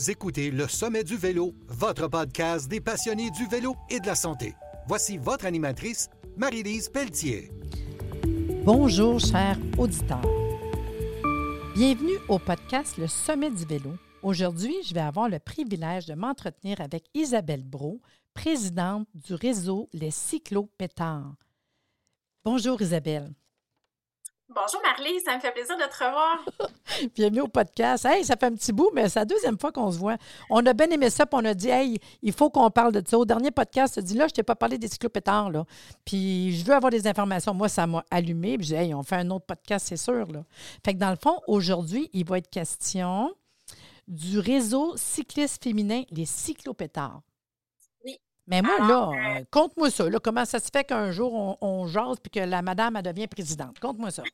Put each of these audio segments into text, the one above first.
Vous écoutez Le Sommet du vélo, votre podcast des passionnés du vélo et de la santé. Voici votre animatrice, Marie-Lise Pelletier. Bonjour, chers auditeurs. Bienvenue au podcast Le Sommet du vélo. Aujourd'hui, je vais avoir le privilège de m'entretenir avec Isabelle Brault, présidente du réseau Les Cyclopétards. Bonjour, Isabelle. Bonjour Marlise, ça me fait plaisir de te revoir. Bienvenue au podcast. Hey, ça fait un petit bout, mais c'est la deuxième fois qu'on se voit. On a bien aimé ça, puis on a dit, hey, il faut qu'on parle de ça. Au dernier podcast, tu as dit, là, je t'ai pas parlé des cyclopétards, là. Puis je veux avoir des informations. Moi, ça m'a allumé. Puis j'ai dit, hey, on fait un autre podcast, c'est sûr, là. Fait que dans le fond, aujourd'hui, il va être question du réseau cycliste féminin, les cyclopétards. Oui. Mais moi, là, conte-moi ça. Là, comment ça se fait qu'un jour, on jase puis que la madame, elle devient présidente? Conte-moi ça.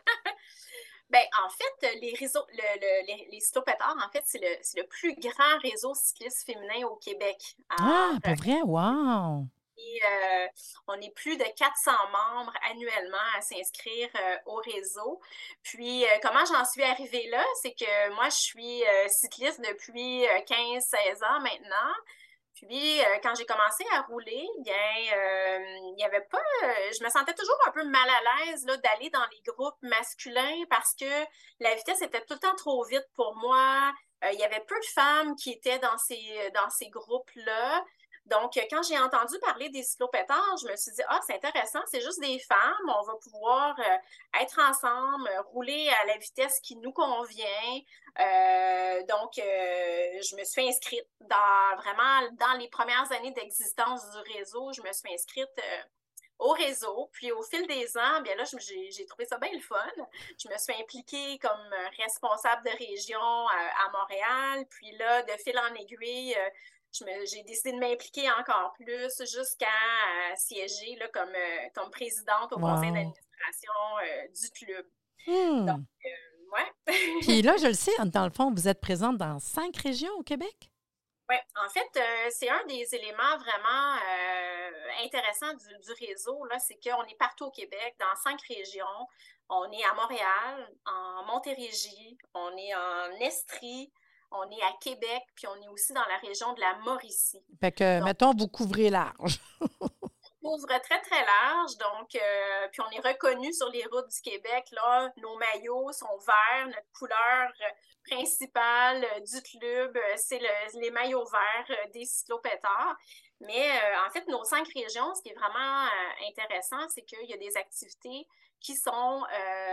Bien, en fait, les réseaux, les cyclopétards, en fait, c'est le plus grand réseau cycliste féminin au Québec. Ah, pour vrai? Wow! Et, on est plus de 400 membres annuellement à s'inscrire au réseau. Puis, comment j'en suis arrivée là? C'est que moi, je suis cycliste depuis 15-16 ans maintenant. Puis, quand j'ai commencé à rouler, bien, il y avait pas. Je me sentais toujours un peu mal à l'aise là, d'aller dans les groupes masculins parce que la vitesse était tout le temps trop vite pour moi. Il y avait peu de femmes qui étaient dans ces groupes-là. Donc, quand j'ai entendu parler des cyclopétards, je me suis dit, ah, c'est intéressant, c'est juste des femmes, on va pouvoir être ensemble, rouler à la vitesse qui nous convient. Donc, je me suis inscrite dans les premières années d'existence du réseau, je me suis inscrite au réseau. Puis au fil des ans, bien là, j'ai trouvé ça bien le fun. Je me suis impliquée comme responsable de région à Montréal. Puis là, de fil en aiguille, j'ai décidé de m'impliquer encore plus jusqu'à siéger là, comme présidente au conseil d'administration du club. Donc, ouais. Puis là, je le sais, dans le fond, vous êtes présente dans 5 régions au Québec? Oui, en fait, c'est un des éléments vraiment intéressants du réseau, là, c'est qu'on est partout au Québec, dans 5 régions. On est à Montréal, en Montérégie, on est en Estrie, on est à Québec, puis on est aussi dans la région de la Mauricie. Fait que, donc, mettons, vous couvrez large. On couvre très, très large, donc, puis on est reconnu sur les routes du Québec, là, nos maillots sont verts, notre couleur principale du club, c'est les maillots verts des cyclopétards. Mais en fait, nos 5 régions, ce qui est vraiment intéressant, c'est qu'il y a des activités qui sont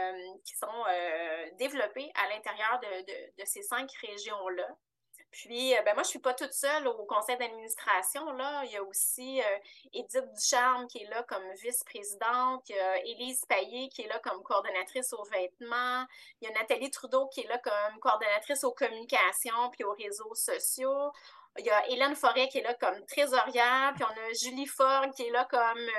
développées à l'intérieur de ces 5 régions-là. Puis, ben moi, je ne suis pas toute seule au conseil d'administration, là. Il y a aussi Édith Ducharme qui est là comme vice-présidente. Il y a Élise Payet qui est là comme coordonnatrice aux vêtements. Il y a Nathalie Trudeau qui est là comme coordonnatrice aux communications puis aux réseaux sociaux. Il y a Hélène Forêt qui est là comme trésorière. Puis on a Julie Forgue qui est là comme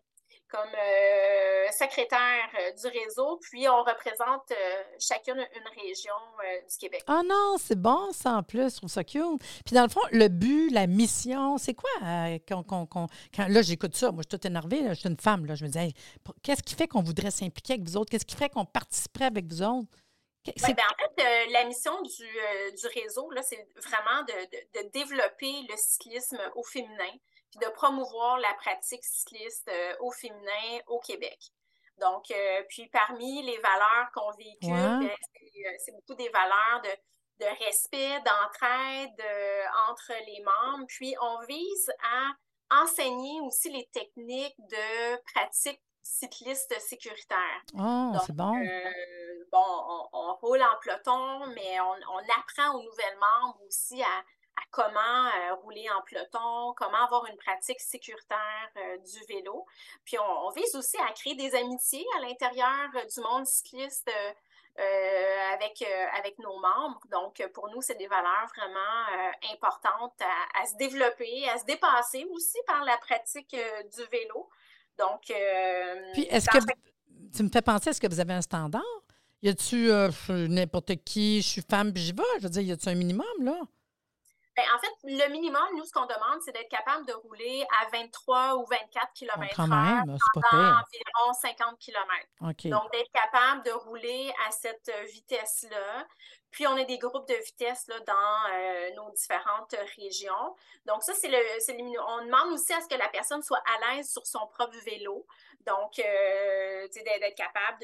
secrétaire du réseau, puis on représente chacune une région du Québec. Ah non, c'est bon ça en plus, je trouve ça cute. Puis dans le fond, le but, la mission, c'est quoi? Quand, là, j'écoute ça, moi je suis toute énervée, là, je suis une femme, là, je me dis, hey, qu'est-ce qui fait qu'on voudrait s'impliquer avec vous autres? Qu'est-ce qui ferait qu'on participerait avec vous autres? En fait, la mission du réseau, là, c'est vraiment de développer le cyclisme au féminin, puis de promouvoir la pratique cycliste au féminin au Québec. Donc, puis parmi les valeurs qu'on véhicule, c'est beaucoup des valeurs de respect, d'entraide entre les membres. Puis, on vise à enseigner aussi les techniques de pratique cycliste sécuritaire. Oh, c'est bon. On roule en peloton, mais on apprend aux nouvelles membres aussi à comment rouler en peloton, comment avoir une pratique sécuritaire du vélo. Puis on vise aussi à créer des amitiés à l'intérieur du monde cycliste avec nos membres. Donc, pour nous, c'est des valeurs vraiment importantes à se développer, à se dépasser aussi par la pratique du vélo. Donc, puis, est-ce que tu me fais penser, est-ce que vous avez un standard? Y a-tu n'importe qui, je suis femme, puis j'y vais? Je veux dire, y a-tu un minimum, là? Bien, en fait, le minimum, nous, ce qu'on demande, c'est d'être capable de rouler à 23 ou 24 km/h pendant environ 50 km. Okay. Donc, d'être capable de rouler à cette vitesse-là. Puis, on a des groupes de vitesse là, dans nos différentes régions. Donc, ça, on demande aussi à ce que la personne soit à l'aise sur son propre vélo. Donc, tu sais, d'être capable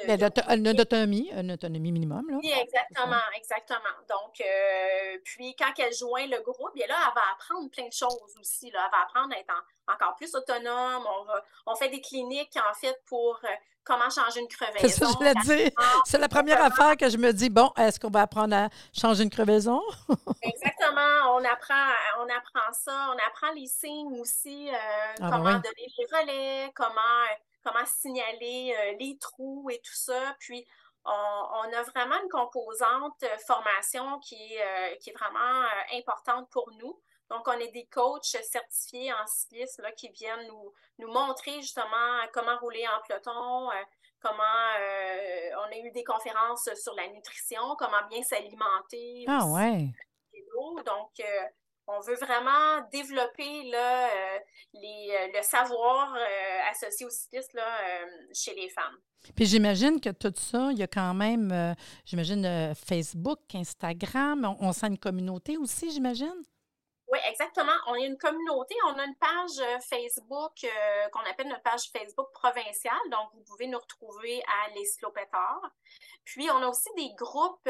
Une autonomie minimum, là. Oui, exactement, exactement. Donc, puis quand elle joint le groupe, bien là, elle va apprendre plein de choses aussi. Là. Elle va apprendre à être encore plus autonome. On fait des cliniques, en fait, pour comment changer une crevaison. C'est ça que je voulais dire. C'est la première affaire que je me dis, bon, est-ce qu'on va apprendre à changer une crevaison? Exactement. On apprend ça. On apprend les signes aussi, comment donner les relais, comment signaler les trous et tout ça. Puis, on a vraiment une composante formation qui est vraiment importante pour nous. Donc, on est des coachs certifiés en cyclisme là, qui viennent nous montrer justement comment rouler en peloton, comment on a eu des conférences sur la nutrition, comment bien s'alimenter. Ah ouais. Donc, on veut vraiment développer là, le savoir associé au cyclisme là, chez les femmes. Puis j'imagine que tout ça, il y a quand même, Facebook, Instagram, on sent une communauté aussi, j'imagine? Oui, exactement. On a une communauté, on a une page Facebook qu'on appelle notre page Facebook provinciale. Donc, vous pouvez nous retrouver à Les Cyclopétards. Puis, on a aussi des groupes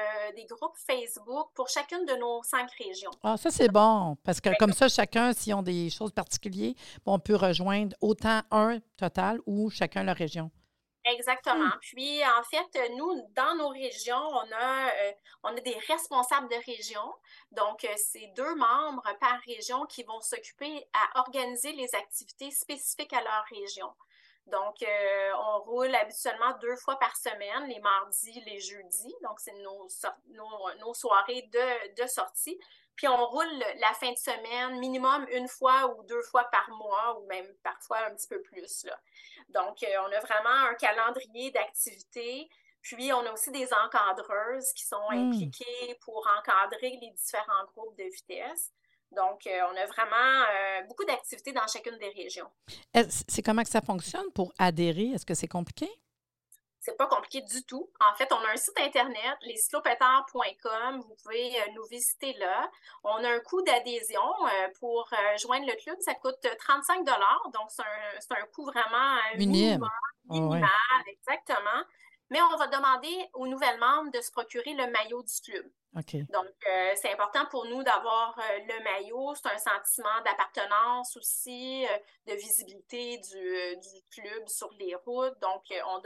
Facebook pour chacune de nos 5 régions. Ah, ça, c'est bon, parce que comme ça, chacun, s'ils ont des choses particulières, on peut rejoindre autant un total ou chacun leur région. Exactement. Puis, en fait, nous, dans nos régions, on a des responsables de région. Donc, c'est 2 membres par région qui vont s'occuper à organiser les activités spécifiques à leur région. Donc, on roule habituellement 2 fois par semaine, les mardis, les jeudis. Donc, c'est nos soirées de sortie. Puis, on roule la fin de semaine, minimum 1 fois ou 2 fois par mois, ou même parfois un petit peu plus, là. Donc, on a vraiment un calendrier d'activités. Puis, on a aussi des encadreuses qui sont impliquées pour encadrer les différents groupes de vitesse. Donc, on a vraiment beaucoup d'activités dans chacune des régions. C'est comment que ça fonctionne pour adhérer? Est-ce que c'est compliqué? C'est pas compliqué du tout. En fait, on a un site Internet, lescyclopétards.com. Vous pouvez nous visiter là. On a un coût d'adhésion pour joindre le club. Ça coûte 35 $. Donc, c'est un coût vraiment minimal, exactement. Mais on va demander aux nouvelles membres de se procurer le maillot du club. Okay. Donc, c'est important pour nous d'avoir le maillot. C'est un sentiment d'appartenance aussi, de visibilité du club sur les routes. Donc,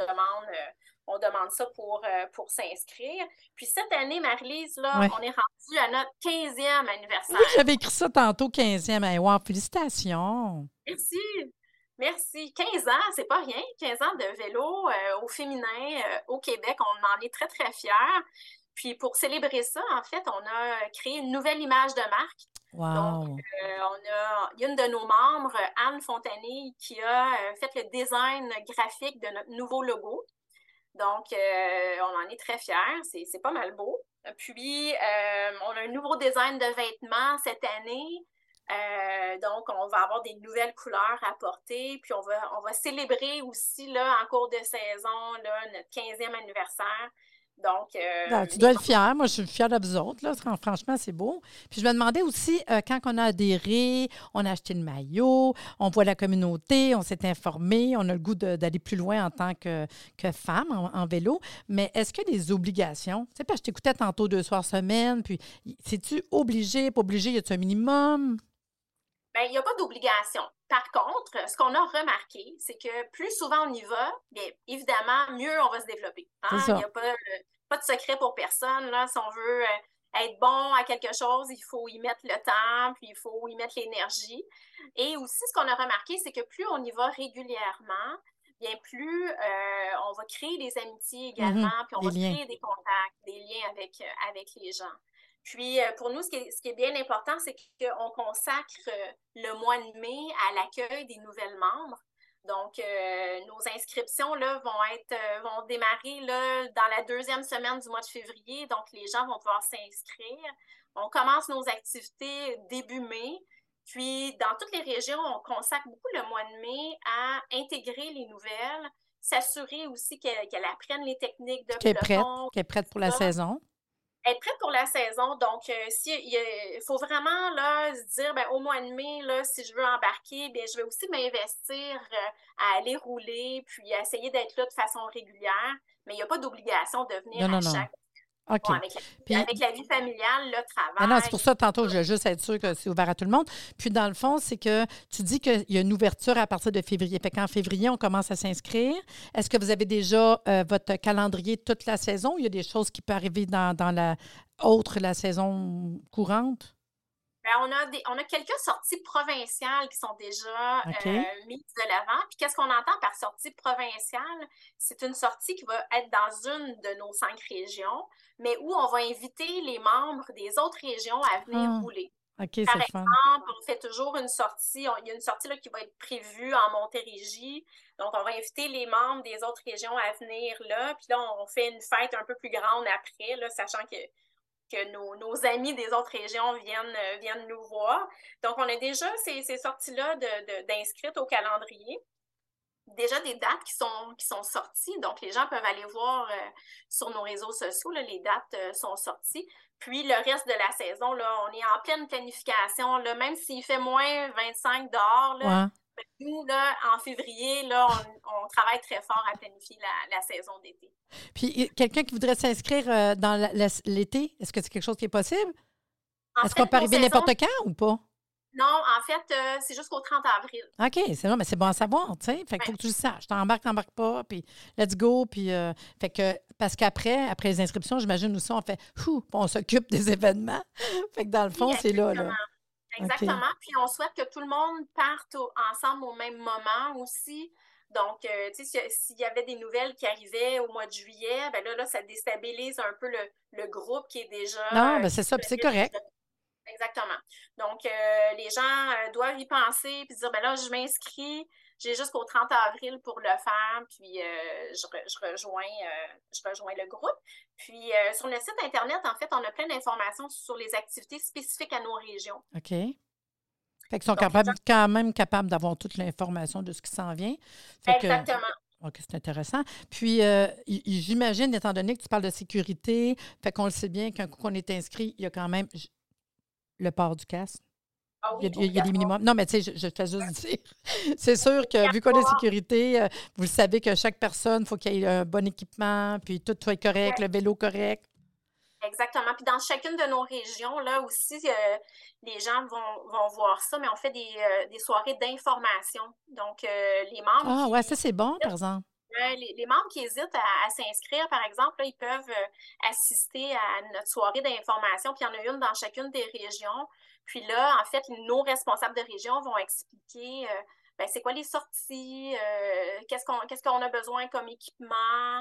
on demande ça pour s'inscrire. Puis cette année, Marie-Lise, là, on est rendu à notre 15e anniversaire. Oui, j'avais écrit ça tantôt, 15e. Hey, wow, félicitations! Merci! Merci. 15 ans, c'est pas rien. 15 ans de vélo au féminin au Québec. On en est très, très fiers. Puis pour célébrer ça, en fait, on a créé une nouvelle image de marque. Wow. Donc, il y a une de nos membres, Anne Fontané, qui a fait le design graphique de notre nouveau logo. Donc, on en est très fiers. C'est pas mal beau. Puis, on a un nouveau design de vêtements cette année. Donc, on va avoir des nouvelles couleurs à porter. Puis, on va célébrer aussi, là, en cours de saison, là, notre 15e anniversaire. Donc, tu dois être fière. Moi, je suis fière de vous autres. Là. Franchement, c'est beau. Puis, je me demandais aussi, quand on a adhéré, on a acheté le maillot, on voit la communauté, on s'est informé, on a le goût d'aller plus loin en tant que femme en vélo. Mais est-ce qu'il y a des obligations? Tu sais, parce que je t'écoutais tantôt 2 soirs semaine. Puis, c'est-tu obligé, pas obligé? Y a-t-il un minimum? Bien, il n'y a pas d'obligation. Par contre, ce qu'on a remarqué, c'est que plus souvent on y va, bien évidemment, mieux on va se développer. Hein? Il n'y a pas de secret pour personne. Là. Si on veut être bon à quelque chose, il faut y mettre le temps, puis il faut y mettre l'énergie. Et aussi, ce qu'on a remarqué, c'est que plus on y va régulièrement, bien plus on va créer des amitiés également, puis on va créer des contacts, des liens avec les gens. Puis, pour nous, ce qui est bien important, c'est qu'on consacre le mois de mai à l'accueil des nouvelles membres. Donc, nos inscriptions là, vont démarrer là, dans la 2e semaine du mois de février. Donc, les gens vont pouvoir s'inscrire. On commence nos activités début mai. Puis, dans toutes les régions, on consacre beaucoup le mois de mai à intégrer les nouvelles, s'assurer aussi qu'elles apprennent les techniques de peloton. Qu'elle est prête pour la saison. être prête pour la saison. Donc, il faut vraiment là, se dire, ben, au mois de mai, là, si je veux embarquer, bien, je vais aussi m'investir à aller rouler, puis à essayer d'être là de façon régulière. Mais il n'y a pas d'obligation de venir Non, à non, non. chaque. OK. Bon, Puis, avec la vie familiale, le ah non, c'est travail. pour ça, tantôt, je voulais juste être sûre que c'est ouvert à tout le monde. Puis, dans le fond, c'est que tu dis qu'il y a une ouverture à partir de février. Fait qu'en février, on commence à s'inscrire. Est-ce que vous avez déjà votre calendrier toute la saison ou il y a des choses qui peuvent arriver dans la saison courante? Ben, on a quelques sorties provinciales qui sont déjà OK. mises de l'avant. Puis qu'est-ce qu'on entend par sortie provinciale? C'est une sortie qui va être dans une de nos 5 régions, mais où on va inviter les membres des autres régions à venir Ah, rouler. OK, Par c'est le fun. exemple, on fait toujours une sortie. Il y a une sortie là, qui va être prévue en Montérégie. Donc, on va inviter les membres des autres régions à venir là. Puis là, on fait une fête un peu plus grande après, là, sachant que nos amis des autres régions viennent nous voir. Donc, on a déjà ces sorties-là d'inscrites au calendrier. Déjà des dates qui sont sorties. Donc, les gens peuvent aller voir sur nos réseaux sociaux, là, les dates sont sorties. Puis, le reste de la saison, là, on est en pleine planification. Là, même s'il fait moins 25 dehors, là, Ouais. nous, là, en février, là, on travaille très fort à planifier la saison d'été. Puis, quelqu'un qui voudrait s'inscrire dans l'été, est-ce que c'est quelque chose qui est possible? En Est-ce qu'on fait, peut nos arriver saisons, n'importe quand ou pas? non, en fait, c'est jusqu'au 30 avril. OK, c'est bon, mais c'est bon à savoir, tu sais. Fait qu'il faut Ouais. que tu le saches. T'embarques pas, puis let's go. Puis, fait que, parce après les inscriptions, j'imagine aussi, on fait, on s'occupe des événements. Fait que dans le Oui, fond, c'est là, là. exactement. OK. Exactement. Puis on souhaite que tout le monde parte ensemble au même moment aussi. Donc, tu sais, s'il y avait des nouvelles qui arrivaient au mois de juillet, ben là, ça déstabilise un peu le groupe qui est Non, déjà, ben qui c'est se ça, puis c'est connaît correct. déjà. Exactement. Donc, les gens doivent y penser puis dire, ben là, je m'inscris, j'ai jusqu'au 30 avril pour le faire, puis je rejoins le groupe. Puis, sur le site Internet, en fait, on a plein d'informations sur les activités spécifiques à nos régions. OK. Fait qu'ils sont Donc, les gens, quand même capables d'avoir toute l'information de ce qui s'en vient. Fait que, exactement. OK, c'est intéressant. Puis, j'imagine, étant donné que tu parles de sécurité, fait qu'on le sait bien qu'un coup qu'on est inscrit, il y a quand même le port du casque. Ah oui, Il y a des obligatoire. minimums. Non, mais tu sais, je fais juste dire. C'est sûr que vu qu'on est Obligatoire. sécurité, vous le savez que chaque personne, il faut qu'il y ait un bon équipement, puis tout soit correct, le vélo correct. Exactement. Puis dans chacune de nos régions, là aussi, les gens vont voir ça, mais on fait des soirées d'information. Donc, les membres Ah, ouais, ça, qui c'est bon, par exemple. les membres qui hésitent à s'inscrire, par exemple, là, ils peuvent assister à notre soirée d'information, puis il y en a une dans chacune des régions. Puis là, en fait, nos responsables de région vont expliquer ben, c'est quoi les sorties, qu'est-ce qu'on a besoin comme équipement,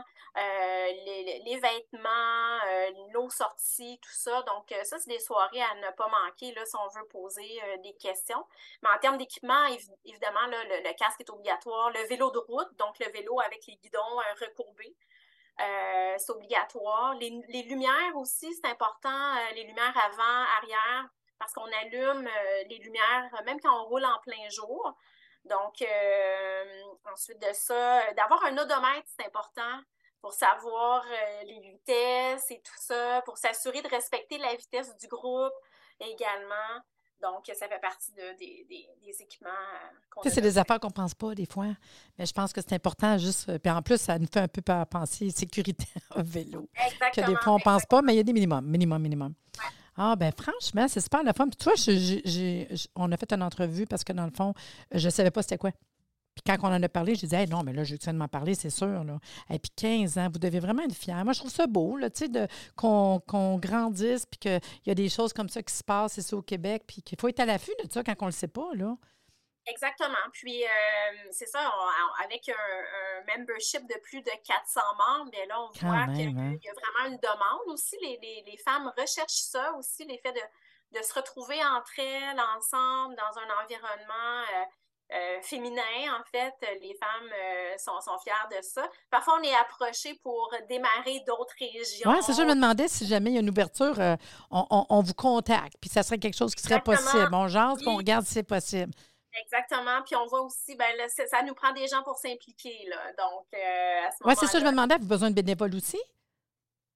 les vêtements, nos sorties, tout ça. Donc, ça, c'est des soirées à ne pas manquer là, si on veut poser des questions. Mais en termes d'équipement, évidemment, là, le casque est obligatoire. Le vélo de route, donc le vélo avec les guidons recourbés, c'est obligatoire. Les lumières aussi, c'est important. Les lumières avant, arrière, parce qu'on allume les lumières même quand on roule en plein jour. Donc, ensuite de ça, d'avoir un odomètre, c'est important pour savoir les vitesses et tout ça, pour s'assurer de respecter la vitesse du groupe également. Donc, ça fait partie des équipements qu'on Tu sais, a c'est des besoin. affaires qu'on ne pense pas des fois, mais je pense que c'est important juste. Puis en plus, ça nous fait un peu penser sécurité au vélo, que des Exactement, fois, on ne pense pas, exactement. mais il y a des minimums. Ouais. Ah, ben franchement, c'est super la fun. Puis toi, on a fait une entrevue parce que dans le fond, je ne savais pas c'était quoi. Puis quand on en a parlé, je disais, hey, non, mais là, je viens de m'en parler, c'est sûr. Là. Et puis 15 ans, vous devez vraiment être fiers. Moi, je trouve ça beau, là, tu sais, qu'on grandisse, puis qu'il y a des choses comme ça qui se passent ici au Québec, puis qu'il faut être à l'affût de ça quand on ne le sait pas, là. Exactement. Puis, c'est ça, avec un membership de plus de 400 membres, bien là, on Quand voit qu'il même, hein? y a vraiment une demande aussi. Les femmes recherchent ça aussi, l'effet de se retrouver entre elles, ensemble, dans un environnement féminin, en fait. Les femmes sont fières de ça. Parfois, on est approché pour démarrer d'autres Oui, c'est ça, je me régions. demandais si jamais il y a une ouverture, on vous contacte, puis ça serait quelque chose qui serait Exactement. possible. On jase, puis on Oui, regarde si c'est possible. exactement. Puis on voit aussi, ben là, ça nous prend des gens pour s'impliquer, là. Donc, à ce Oui, c'est ça, je me moment-là, demandais, avez-vous besoin de bénévoles aussi?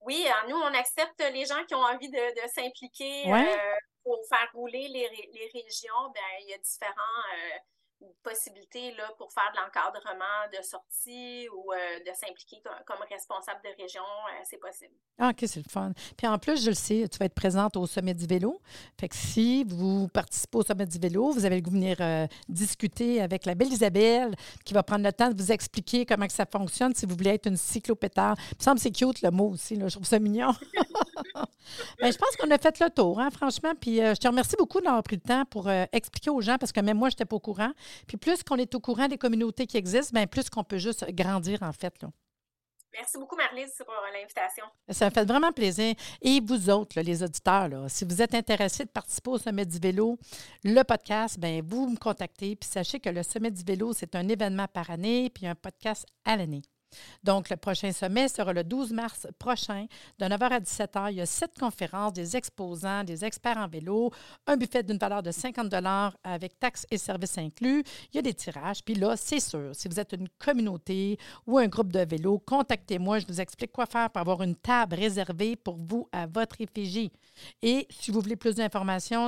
Oui, nous, on accepte les gens qui ont envie de s'impliquer pour faire rouler les régions. Bien, il y a différentes possibilités là, pour faire de l'encadrement de sortie ou de s'impliquer comme responsable de région. C'est possible. Ah, OK, c'est le fun. Puis en plus, je le sais, tu vas être présente au Sommet du vélo. Fait que si vous participez au Sommet du vélo, vous avez le goût de venir discuter avec la belle Isabelle qui va prendre le temps de vous expliquer comment que ça fonctionne si vous voulez être une cyclopétard. Il me semble que c'est cute le mot aussi, là. Je trouve ça mignon. Bien, je pense qu'on a fait le tour, hein, franchement. Puis je te remercie beaucoup d'avoir pris le temps pour expliquer aux gens parce que même moi, je n'étais pas au courant. Puis plus qu'on est au courant des communautés qui existent, bien plus qu'on peut juste grandir, en fait, là. Merci beaucoup, Marlise, pour l'invitation. Ça me fait vraiment plaisir. Et vous autres, là, les auditeurs, là, si vous êtes intéressés de participer au Sommet du vélo, le podcast, bien, vous me contactez. Puis sachez que le Sommet du vélo, c'est un événement par année, puis un podcast à l'année. Donc, le prochain sommet sera le 12 mars prochain, de 9h à 17h. Il y a 7 conférences, des exposants, des experts en vélo, un buffet d'une valeur de 50 $ avec taxes et services inclus. Il y a des tirages. Puis là, c'est sûr, si vous êtes une communauté ou un groupe de vélo, contactez-moi. Je vous explique quoi faire pour avoir une table réservée pour vous à votre effigie. Et si vous voulez plus d'informations,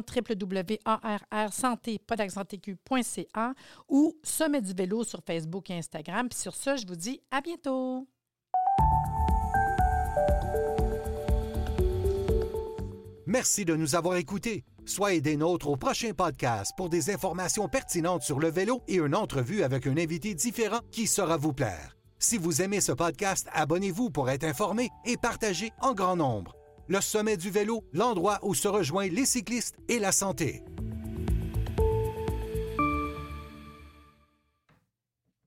www.arrsanté.ca ou Sommet du vélo sur Facebook et Instagram. Puis sur ça, je vous dis à bientôt. Merci de nous avoir écoutés. Soyez des nôtres au prochain podcast pour des informations pertinentes sur le vélo et une entrevue avec un invité différent qui saura vous plaire. Si vous aimez ce podcast, abonnez-vous pour être informé et partagez en grand nombre. Le Sommet du vélo, l'endroit où se rejoignent les cyclistes et la santé.